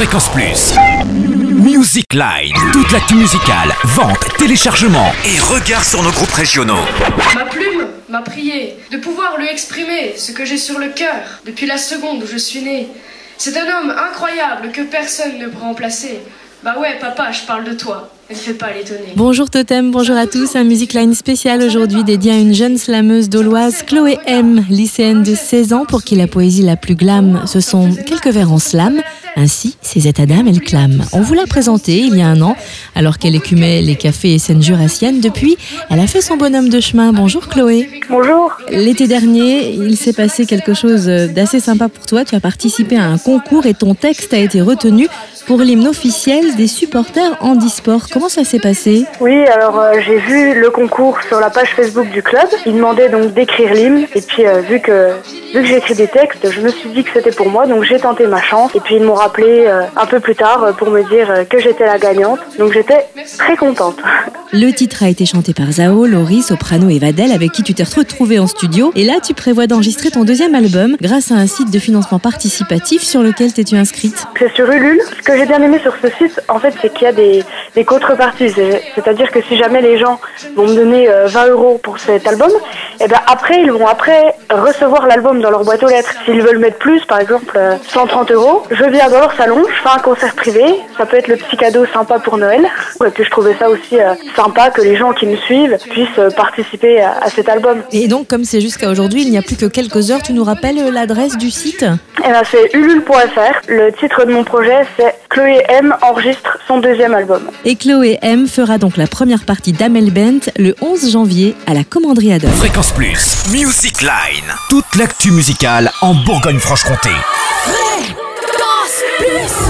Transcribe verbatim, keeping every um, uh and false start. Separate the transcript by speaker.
Speaker 1: Fréquence Plus. Music Line. Toute l'actu musicale, vente, téléchargement et regard sur nos groupes régionaux.
Speaker 2: Ma plume m'a prié de pouvoir lui exprimer ce que j'ai sur le cœur depuis la seconde où je suis né. C'est un homme incroyable que personne ne peut remplacer. Bah ouais, papa, je parle de toi. Ne fais pas l'étonner.
Speaker 3: Bonjour Totem, bonjour à tous. Un Music Line spécial aujourd'hui dédié à une jeune slameuse doloise, Chloé M, lycéenne de seize ans, pour qui la poésie la plus glam, ce sont quelques vers en slam, ainsi ses états d'âme, elle clame. On vous l'a présentée il y a un an, alors qu'elle écumait les cafés et scènes jurassiennes. Depuis, elle a fait son bonhomme de chemin. Bonjour Chloé.
Speaker 4: Bonjour.
Speaker 3: L'été dernier, il s'est passé quelque chose d'assez sympa pour toi. Tu as participé à un concours et ton texte a été retenu pour l'hymne officiel des supporters handisport. Comment ça s'est passé ?
Speaker 4: Oui, alors euh, j'ai vu le concours sur la page Facebook du club. Ils demandaient donc d'écrire l'hymne. Et puis euh, vu que vu que j'écris des textes, je me suis dit que c'était pour moi. Donc j'ai tenté ma chance. Et puis ils m'ont rappelé euh, un peu plus tard euh, pour me dire euh, que j'étais la gagnante. Donc j'étais très contente.
Speaker 3: Le titre a été chanté par Zao, Laurie, Soprano et Vadel, avec qui tu t'es retrouvée en studio. Et là, tu prévois d'enregistrer ton deuxième album grâce à un site de financement participatif sur lequel t'es-tu inscrite ?
Speaker 4: C'est sur Ulule. Ce que j'ai bien aimé sur ce site, en fait, c'est qu'il y a des, des contreparties. C'est, c'est-à-dire que si jamais les gens vont me donner euh, vingt euros pour cet album, et ben après, ils vont après recevoir l'album dans leur boîte aux lettres. S'ils veulent mettre plus, par exemple euh, cent trente euros, je viens dans leur salon, je fais un concert privé. Ça peut être le petit cadeau sympa pour Noël. Et puis je trouvais ça aussi euh, sympa que les gens qui me suivent puissent euh, participer à, à cet album.
Speaker 3: Et donc, comme c'est jusqu'à aujourd'hui, il n'y a plus que quelques heures, tu nous rappelles l'adresse du site ?
Speaker 4: Et ben c'est ulule point f r. Le titre de mon projet, c'est Chloé M enregistre son deuxième album.
Speaker 3: Et Chloé M fera donc la première partie d'Amel Bent le onze janvier à la Commanderie Adolphe.
Speaker 1: Fréquence Plus. Music Line. Toute l'actu musicale en Bourgogne-Franche-Comté.
Speaker 5: Fréquence Plus.